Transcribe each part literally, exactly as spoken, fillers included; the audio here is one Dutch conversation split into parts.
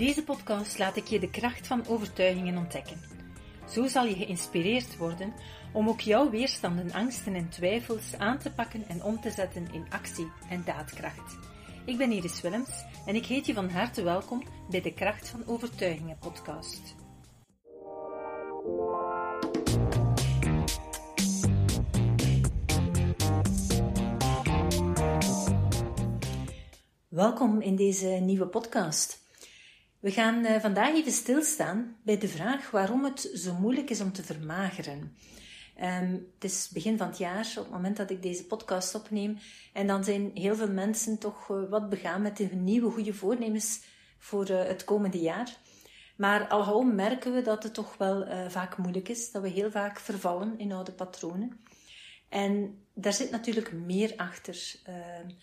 In deze podcast laat ik je de kracht van overtuigingen ontdekken. Zo zal je geïnspireerd worden om ook jouw weerstanden, angsten en twijfels aan te pakken en om te zetten in actie en daadkracht. Ik ben Iris Willems en ik heet je van harte welkom bij de Kracht van Overtuigingen podcast. Welkom in deze nieuwe podcast. We gaan uh, vandaag even stilstaan bij de vraag waarom het zo moeilijk is om te vermageren. Um, het is begin van het jaar, op het moment dat ik deze podcast opneem, en dan zijn heel veel mensen toch uh, wat begaan met de nieuwe goede voornemens voor uh, het komende jaar. Maar al gauw merken we dat het toch wel uh, vaak moeilijk is, dat we heel vaak vervallen in oude patronen. En daar zit natuurlijk meer achter. Uh,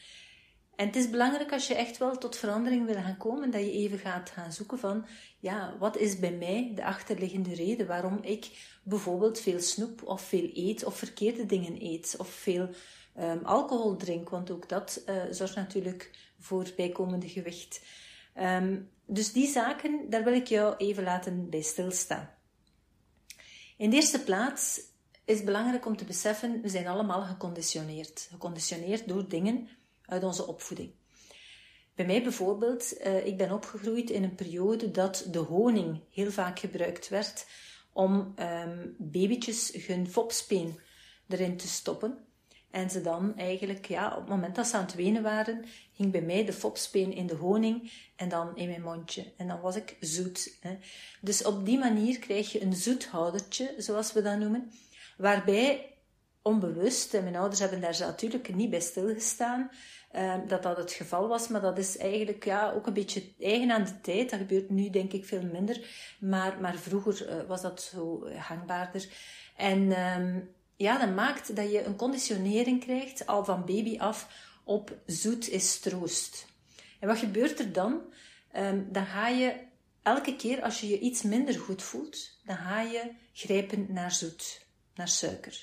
En het is belangrijk als je echt wel tot verandering wil gaan komen, dat je even gaat gaan zoeken van, ja, wat is bij mij de achterliggende reden waarom ik bijvoorbeeld veel snoep of veel eet of verkeerde dingen eet of veel um, alcohol drink, want ook dat uh, zorgt natuurlijk voor bijkomende gewicht. Um, dus die zaken, daar wil ik jou even laten bij stilstaan. In de eerste plaats is het belangrijk om te beseffen, we zijn allemaal geconditioneerd. Geconditioneerd door dingen uit onze opvoeding. Bij mij bijvoorbeeld, uh, ik ben opgegroeid in een periode dat de honing heel vaak gebruikt werd om um, babytjes hun fopspeen erin te stoppen. En ze dan eigenlijk, ja, op het moment dat ze aan het wenen waren, ging bij mij de fopspeen in de honing en dan in mijn mondje. En dan was ik zoet. Hè. Dus op die manier krijg je een zoethoudertje, zoals we dat noemen, waarbij onbewust, en mijn ouders hebben daar natuurlijk niet bij stilgestaan, uh, dat dat het geval was, maar dat is eigenlijk ja, ook een beetje eigen aan de tijd. Dat gebeurt nu denk ik veel minder, maar, maar vroeger uh, was dat zo hangbaarder. En um, ja, dat maakt dat je een conditionering krijgt, al van baby af, op zoet is troost. En wat gebeurt er dan? Um, dan ga je elke keer als je je iets minder goed voelt, dan ga je grijpen naar zoet, naar suiker.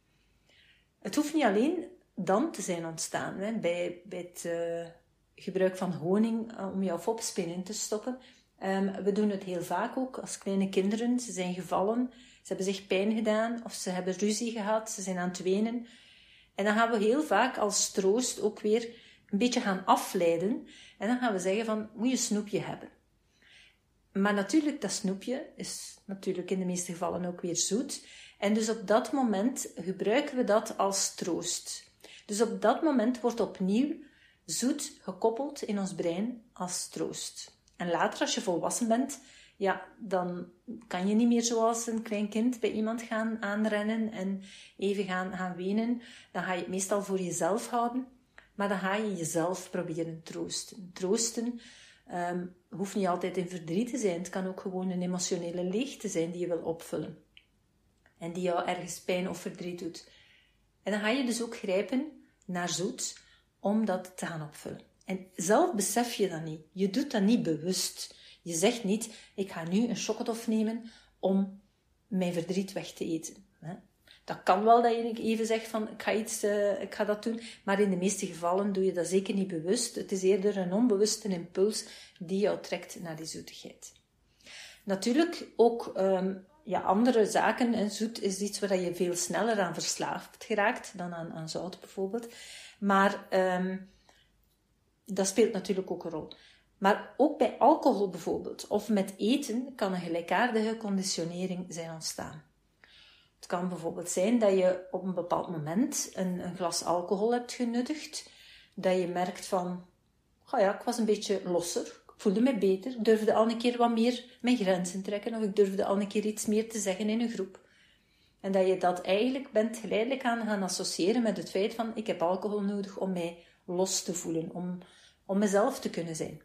Het hoeft niet alleen dan te zijn ontstaan, hè, bij, bij het uh, gebruik van honing uh, om jouw fopspeen in te stoppen. Um, we doen het heel vaak ook als kleine kinderen. Ze zijn gevallen, ze hebben zich pijn gedaan of ze hebben ruzie gehad, ze zijn aan het wenen. En dan gaan we heel vaak als troost ook weer een beetje gaan afleiden. En dan gaan we zeggen van, moet je een snoepje hebben. Maar natuurlijk, dat snoepje is natuurlijk in de meeste gevallen ook weer zoet. En dus op dat moment gebruiken we dat als troost. Dus op dat moment wordt opnieuw zoet gekoppeld in ons brein als troost. En later, als je volwassen bent, ja, dan kan je niet meer zoals een klein kind bij iemand gaan aanrennen en even gaan, gaan wenen. Dan ga je het meestal voor jezelf houden, maar dan ga je jezelf proberen troosten. Troosten um, hoeft niet altijd in verdriet te zijn. Het kan ook gewoon een emotionele leegte zijn die je wil opvullen. En die jou ergens pijn of verdriet doet. En dan ga je dus ook grijpen naar zoet om dat te gaan opvullen. En zelf besef je dat niet. Je doet dat niet bewust. Je zegt niet, ik ga nu een chocotof nemen om mijn verdriet weg te eten. Dat kan wel dat je even zegt van, ik ga, iets, uh, ik ga dat doen. Maar in de meeste gevallen doe je dat zeker niet bewust. Het is eerder een onbewuste impuls die jou trekt naar die zoetigheid. Natuurlijk ook um, ja, andere zaken. En zoet is iets waar je veel sneller aan verslaafd geraakt dan aan, aan zout bijvoorbeeld. Maar um, dat speelt natuurlijk ook een rol. Maar ook bij alcohol bijvoorbeeld, of met eten, kan een gelijkaardige conditionering zijn ontstaan. Het kan bijvoorbeeld zijn dat je op een bepaald moment een, een glas alcohol hebt genuttigd, dat je merkt van, oh ja, ik was een beetje losser, ik voelde me beter, ik durfde al een keer wat meer mijn grenzen trekken, of ik durfde al een keer iets meer te zeggen in een groep. En dat je dat eigenlijk bent geleidelijk aan gaan associëren met het feit van, ik heb alcohol nodig om mij los te voelen, om, om mezelf te kunnen zijn.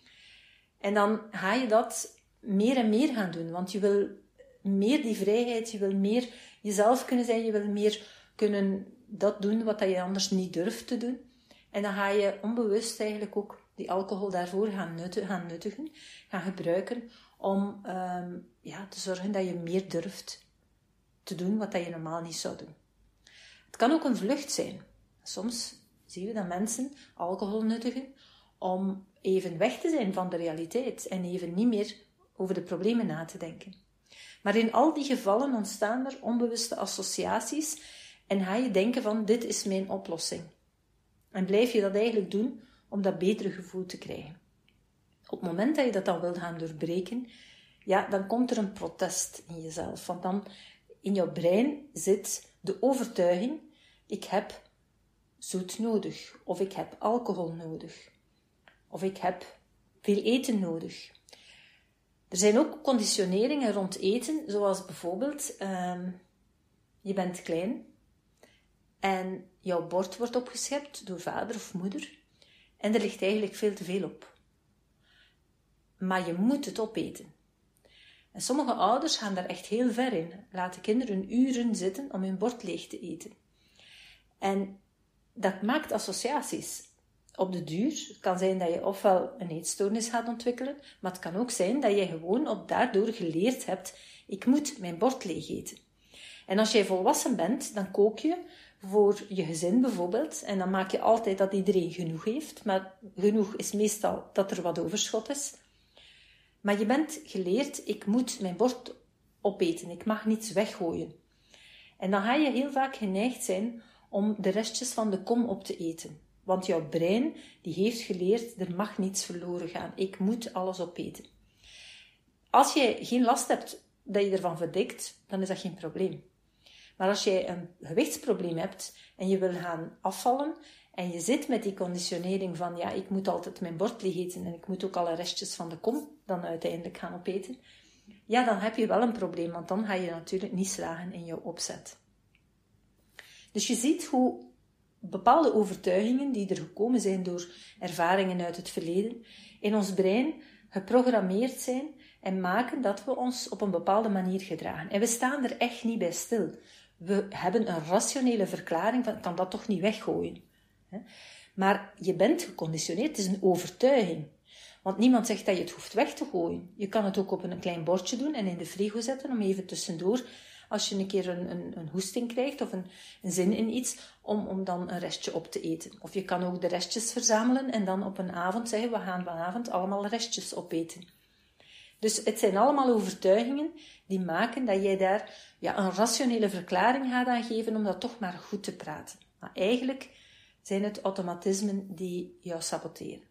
En dan ga je dat meer en meer gaan doen, want je wil meer die vrijheid, je wil meer jezelf kunnen zijn, je wil meer kunnen dat doen wat je anders niet durft te doen. En dan ga je onbewust eigenlijk ook die alcohol daarvoor gaan, nutten, gaan nuttigen, gaan gebruiken om um, ja, te zorgen dat je meer durft te doen wat je normaal niet zou doen. Het kan ook een vlucht zijn. Soms zien we dat mensen alcohol nuttigen om even weg te zijn van de realiteit en even niet meer over de problemen na te denken. Maar in al die gevallen ontstaan er onbewuste associaties en ga je denken van dit is mijn oplossing. En blijf je dat eigenlijk doen om dat betere gevoel te krijgen. Op het moment dat je dat dan wilt gaan doorbreken, ja, dan komt er een protest in jezelf. Want dan in jouw brein zit de overtuiging, ik heb zoet nodig, of ik heb alcohol nodig, of ik heb veel eten nodig. Er zijn ook conditioneringen rond eten, zoals bijvoorbeeld, um, je bent klein en jouw bord wordt opgeschept door vader of moeder en er ligt eigenlijk veel te veel op. Maar je moet het opeten. En sommige ouders gaan daar echt heel ver in, laten kinderen uren zitten om hun bord leeg te eten. En dat maakt associaties. Op de duur, het kan zijn dat je ofwel een eetstoornis gaat ontwikkelen, maar het kan ook zijn dat je gewoon op daardoor geleerd hebt, ik moet mijn bord leeg eten. En als jij volwassen bent, dan kook je voor je gezin bijvoorbeeld, en dan maak je altijd dat iedereen genoeg heeft, maar genoeg is meestal dat er wat overschot is. Maar je bent geleerd, ik moet mijn bord opeten, ik mag niets weggooien. En dan ga je heel vaak geneigd zijn om de restjes van de kom op te eten. Want jouw brein die heeft geleerd, er mag niets verloren gaan. Ik moet alles opeten. Als je geen last hebt dat je ervan verdikt, dan is dat geen probleem. Maar als jij een gewichtsprobleem hebt en je wil gaan afvallen en je zit met die conditionering van ja, ik moet altijd mijn bord leeg eten en ik moet ook alle restjes van de kom dan uiteindelijk gaan opeten, ja, dan heb je wel een probleem, want dan ga je natuurlijk niet slagen in jouw opzet. Dus je ziet hoe bepaalde overtuigingen die er gekomen zijn door ervaringen uit het verleden, in ons brein geprogrammeerd zijn en maken dat we ons op een bepaalde manier gedragen. En we staan er echt niet bij stil. We hebben een rationele verklaring van, ik kan dat toch niet weggooien. Maar je bent geconditioneerd, het is een overtuiging. Want niemand zegt dat je het hoeft weg te gooien. Je kan het ook op een klein bordje doen en in de frigo zetten om even tussendoor, als je een keer een, een, een hoesting krijgt of een, een zin in iets, om, om dan een restje op te eten. Of je kan ook de restjes verzamelen en dan op een avond zeggen, we gaan vanavond allemaal restjes opeten. Dus het zijn allemaal overtuigingen die maken dat jij daar ja, een rationele verklaring gaat aan geven om dat toch maar goed te praten. Maar eigenlijk zijn het automatismen die jou saboteren.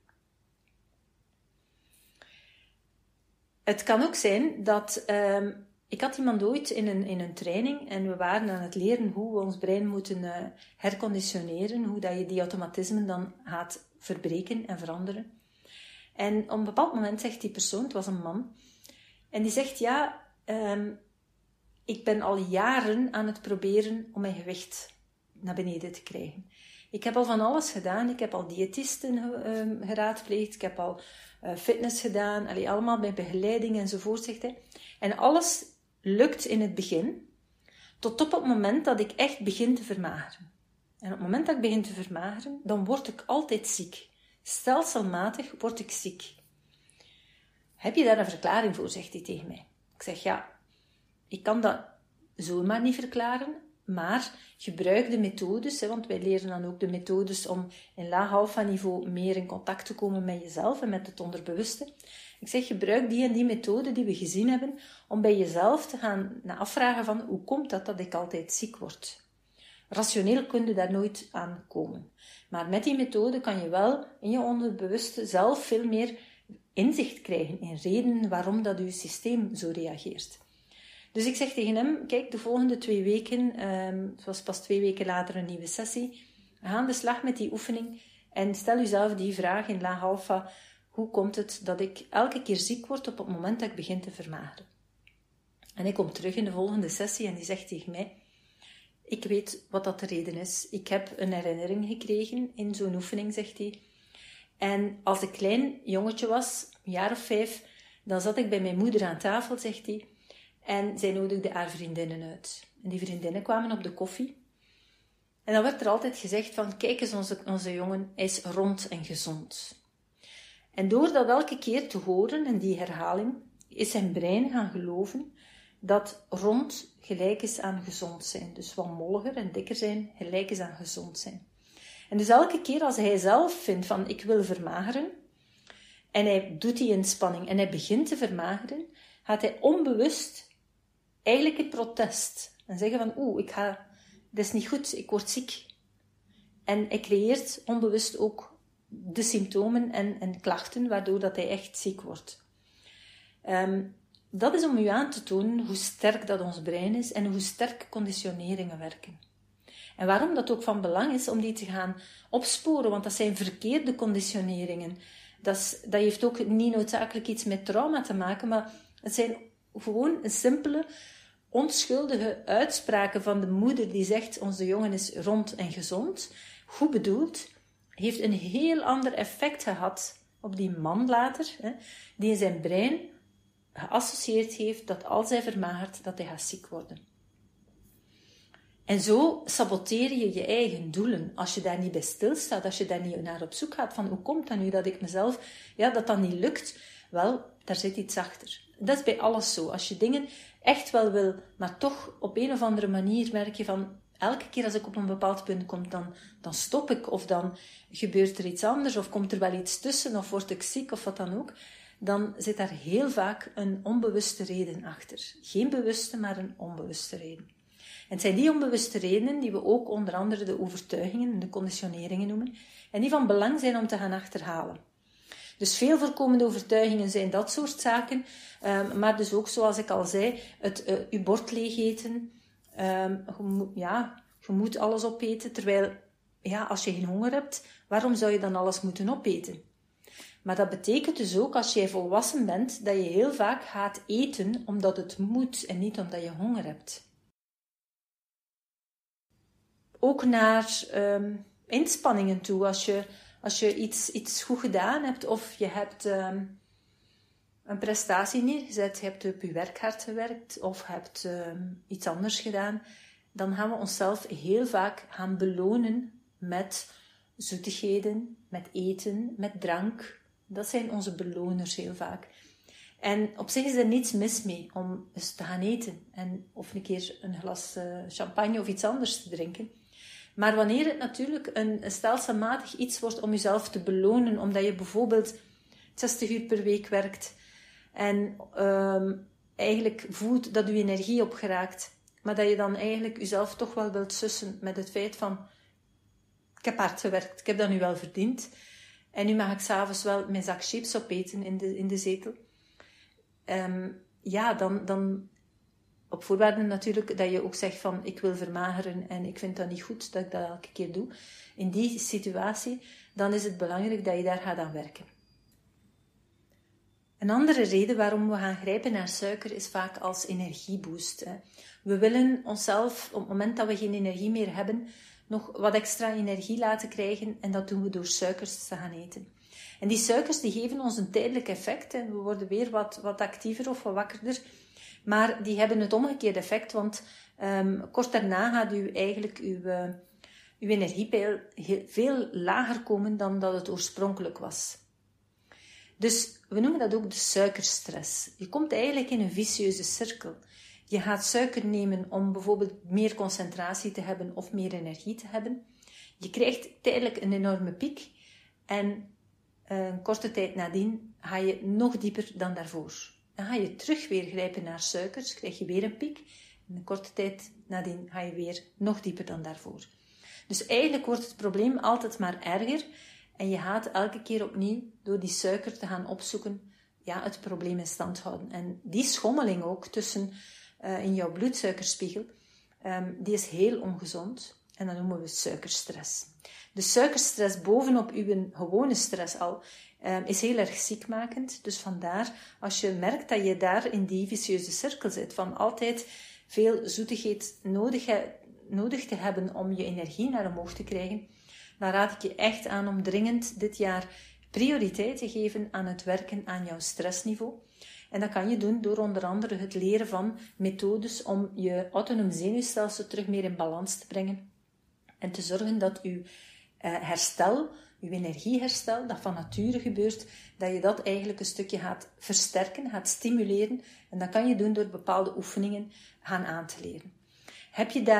Het kan ook zijn dat... Um, ik had iemand ooit in een, in een training en we waren aan het leren hoe we ons brein moeten uh, herconditioneren, hoe dat je die automatismen dan gaat verbreken en veranderen. En op een bepaald moment zegt die persoon, het was een man, en die zegt, ja, um, ik ben al jaren aan het proberen om mijn gewicht naar beneden te krijgen. Ik heb al van alles gedaan, ik heb al diëtisten uh, geraadpleegd, ik heb al uh, fitness gedaan, allee, allemaal bij begeleiding enzovoort, zegt hij. En alles lukt in het begin, tot op het moment dat ik echt begin te vermageren. En op het moment dat ik begin te vermageren, dan word ik altijd ziek. Stelselmatig word ik ziek. Heb je daar een verklaring voor, zegt hij tegen mij. Ik zeg, ja, ik kan dat zomaar niet verklaren, maar gebruik de methodes, hè, want wij leren dan ook de methodes om in laag alpha niveau meer in contact te komen met jezelf en met het onderbewuste. Ik zeg, gebruik die en die methode die we gezien hebben, om bij jezelf te gaan afvragen van, hoe komt dat dat ik altijd ziek word? Rationeel kun je daar nooit aan komen. Maar met die methode kan je wel in je onderbewuste zelf veel meer inzicht krijgen in redenen waarom dat je systeem zo reageert. Dus ik zeg tegen hem, kijk, de volgende twee weken, um, het was pas twee weken later een nieuwe sessie, ga aan de slag met die oefening en stel jezelf die vraag in laag alpha, hoe komt het dat ik elke keer ziek word op het moment dat ik begin te vermageren? En ik kom terug in de volgende sessie en die zegt tegen mij, ik weet wat dat de reden is. Ik heb een herinnering gekregen in zo'n oefening, zegt hij. En als ik klein jongetje was, een jaar of vijf, dan zat ik bij mijn moeder aan tafel, zegt hij. En zij nodigde haar vriendinnen uit. En die vriendinnen kwamen op de koffie. En dan werd er altijd gezegd van, kijk eens, onze, onze jongen, hij is rond en gezond. En door dat elke keer te horen, en die herhaling, is zijn brein gaan geloven dat rond gelijk is aan gezond zijn. Dus wat molliger en dikker zijn, gelijk is aan gezond zijn. En dus elke keer als hij zelf vindt van, ik wil vermageren, en hij doet die inspanning en hij begint te vermageren, gaat hij onbewust eigenlijk in protest en zeggen van oeh, ik ga, dit is niet goed, ik word ziek. En hij creëert onbewust ook de symptomen en, en klachten, waardoor dat hij echt ziek wordt. Um, dat is om u aan te tonen hoe sterk dat ons brein is en hoe sterk conditioneringen werken. En waarom dat ook van belang is om die te gaan opsporen, want dat zijn verkeerde conditioneringen. Dat, is, dat heeft ook niet noodzakelijk iets met trauma te maken, maar het zijn gewoon een simpele, onschuldige uitspraken van de moeder die zegt, onze jongen is rond en gezond, goed bedoeld, heeft een heel ander effect gehad op die man later, hè, die in zijn brein geassocieerd heeft dat als hij vermagert, dat hij gaat ziek worden. En zo saboteer je je eigen doelen, als je daar niet bij stilstaat, als je daar niet naar op zoek gaat van hoe komt dat nu dat ik mezelf, ja, dat dat niet lukt, wel, daar zit iets achter. Dat is bij alles zo. Als je dingen echt wel wil, maar toch op een of andere manier merk je van, elke keer als ik op een bepaald punt kom, dan, dan stop ik, of dan gebeurt er iets anders, of komt er wel iets tussen, of word ik ziek, of wat dan ook, dan zit daar heel vaak een onbewuste reden achter. Geen bewuste, maar een onbewuste reden. En het zijn die onbewuste redenen die we ook onder andere de overtuigingen en de conditioneringen noemen, en die van belang zijn om te gaan achterhalen. Dus veel voorkomende overtuigingen zijn dat soort zaken, um, maar dus ook, zoals ik al zei, het uh, je bord leeg eten. Um, je, moet, ja, je moet alles opeten, terwijl ja, als je geen honger hebt, waarom zou je dan alles moeten opeten? Maar dat betekent dus ook, als jij volwassen bent, dat je heel vaak gaat eten omdat het moet en niet omdat je honger hebt. Ook naar um, inspanningen toe, als je, als je iets, iets goed gedaan hebt of je hebt um, een prestatie neergezet, je hebt op je werk hard gewerkt of hebt um, iets anders gedaan, dan gaan we onszelf heel vaak gaan belonen met zoetigheden, met eten, met drank. Dat zijn onze beloners heel vaak. En op zich is er niets mis mee om eens te gaan eten en of een keer een glas uh, champagne of iets anders te drinken. Maar wanneer het natuurlijk een, een stelselmatig iets wordt om jezelf te belonen, omdat je bijvoorbeeld zestig uur per week werkt en um, eigenlijk voelt dat je energie opgeraakt, maar dat je dan eigenlijk jezelf toch wel wilt sussen met het feit van, ik heb hard gewerkt, ik heb dat nu wel verdiend en nu mag ik s'avonds wel mijn zak chips opeten in de, in de zetel. Um, ja, dan... dan Op voorwaarde natuurlijk dat je ook zegt van, ik wil vermageren en ik vind dat niet goed dat ik dat elke keer doe. In die situatie, dan is het belangrijk dat je daar gaat aan werken. Een andere reden waarom we gaan grijpen naar suiker is vaak als energieboost. Hè. We willen onszelf, op het moment dat we geen energie meer hebben, nog wat extra energie laten krijgen en dat doen we door suikers te gaan eten. En die suikers die geven ons een tijdelijk effect en we worden weer wat, wat actiever of wat wakkerder. Maar die hebben het omgekeerde effect, want um, kort daarna gaat u eigenlijk uw, uh, uw energiepeil heel, veel lager komen dan dat het oorspronkelijk was. Dus we noemen dat ook de suikerstress. Je komt eigenlijk in een vicieuze cirkel. Je gaat suiker nemen om bijvoorbeeld meer concentratie te hebben of meer energie te hebben. Je krijgt tijdelijk een enorme piek en een korte tijd nadien ga je nog dieper dan daarvoor. Dan ga je terug weer grijpen naar suikers, krijg je weer een piek. En een korte tijd nadien ga je weer nog dieper dan daarvoor. Dus eigenlijk wordt het probleem altijd maar erger. En je gaat elke keer opnieuw door die suiker te gaan opzoeken, ja, het probleem in stand houden. En die schommeling ook tussen uh, in jouw bloedsuikerspiegel, um, die is heel ongezond. En dat noemen we suikerstress. De suikerstress bovenop uw gewone stress al Um, is heel erg ziekmakend. Dus vandaar, als je merkt dat je daar in die vicieuze cirkel zit, van altijd veel zoetigheid nodig, he, nodig te hebben om je energie naar omhoog te krijgen, dan raad ik je echt aan om dringend dit jaar prioriteit te geven aan het werken aan jouw stressniveau. En dat kan je doen door onder andere het leren van methodes om je autonoom zenuwstelsel terug meer in balans te brengen en te zorgen dat je uh, herstel, je energieherstel, dat van nature gebeurt, dat je dat eigenlijk een stukje gaat versterken, gaat stimuleren. En dat kan je doen door bepaalde oefeningen gaan aan te leren. Heb je daar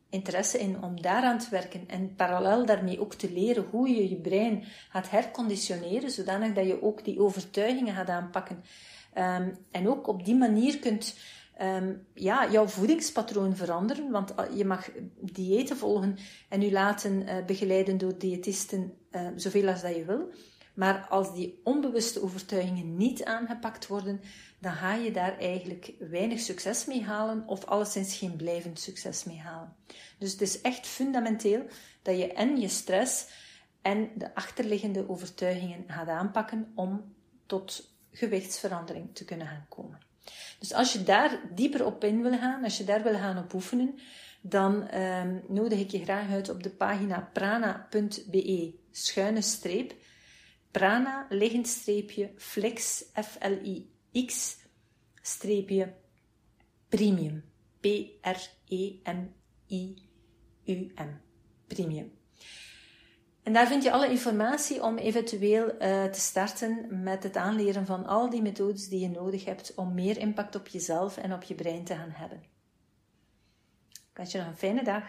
interesse in om daaraan te werken en parallel daarmee ook te leren hoe je je brein gaat herconditioneren, zodanig dat je ook die overtuigingen gaat aanpakken. Um, en ook op die manier kunt um, ja, jouw voedingspatroon veranderen, want je mag diëten volgen en je laten uh, begeleiden door diëtisten uh, zoveel als dat je wil. Maar als die onbewuste overtuigingen niet aangepakt worden, dan ga je daar eigenlijk weinig succes mee halen of alleszins geen blijvend succes mee halen. Dus het is echt fundamenteel dat je en je stress en de achterliggende overtuigingen gaat aanpakken om tot gewichtsverandering te kunnen gaan komen. Dus als je daar dieper op in wil gaan, als je daar wil gaan op oefenen, dan eh, nodig ik je graag uit op de pagina prana punt be schuine streep prana, liggend streepje, flex, F L I X, streepje, premium, P R E M I U M, premium. En daar vind je alle informatie om eventueel uh, te starten met het aanleren van al die methodes die je nodig hebt om meer impact op jezelf en op je brein te gaan hebben. Ik wens je nog een fijne dag.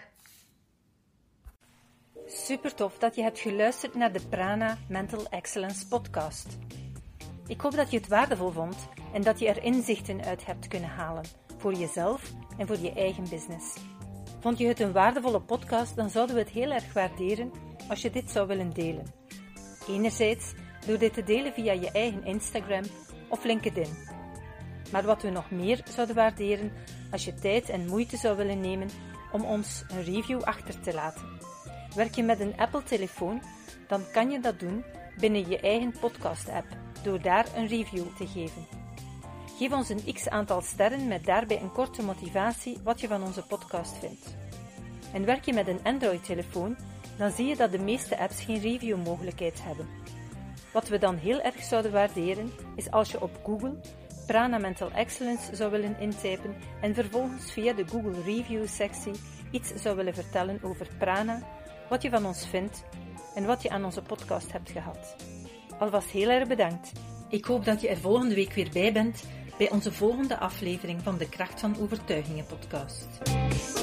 Super tof dat je hebt geluisterd naar de Prana Mental Excellence podcast. Ik hoop dat je het waardevol vond en dat je er inzichten uit hebt kunnen halen voor jezelf en voor je eigen business. Vond je het een waardevolle podcast, dan zouden we het heel erg waarderen als je dit zou willen delen. Enerzijds door dit te delen via je eigen Instagram of LinkedIn. Maar wat we nog meer zouden waarderen, als je tijd en moeite zou willen nemen om ons een review achter te laten. Werk je met een Apple-telefoon, dan kan je dat doen binnen je eigen podcast-app, door daar een review te geven. Geef ons een x-aantal sterren met daarbij een korte motivatie wat je van onze podcast vindt. En werk je met een Android-telefoon, dan zie je dat de meeste apps geen review-mogelijkheid hebben. Wat we dan heel erg zouden waarderen, is als je op Google Prana Mental Excellence zou willen intypen en vervolgens via de Google Review-sectie iets zou willen vertellen over Prana, wat je van ons vindt en wat je aan onze podcast hebt gehad. Alvast heel erg bedankt. Ik hoop dat je er volgende week weer bij bent bij onze volgende aflevering van de Kracht van Overtuigingen podcast.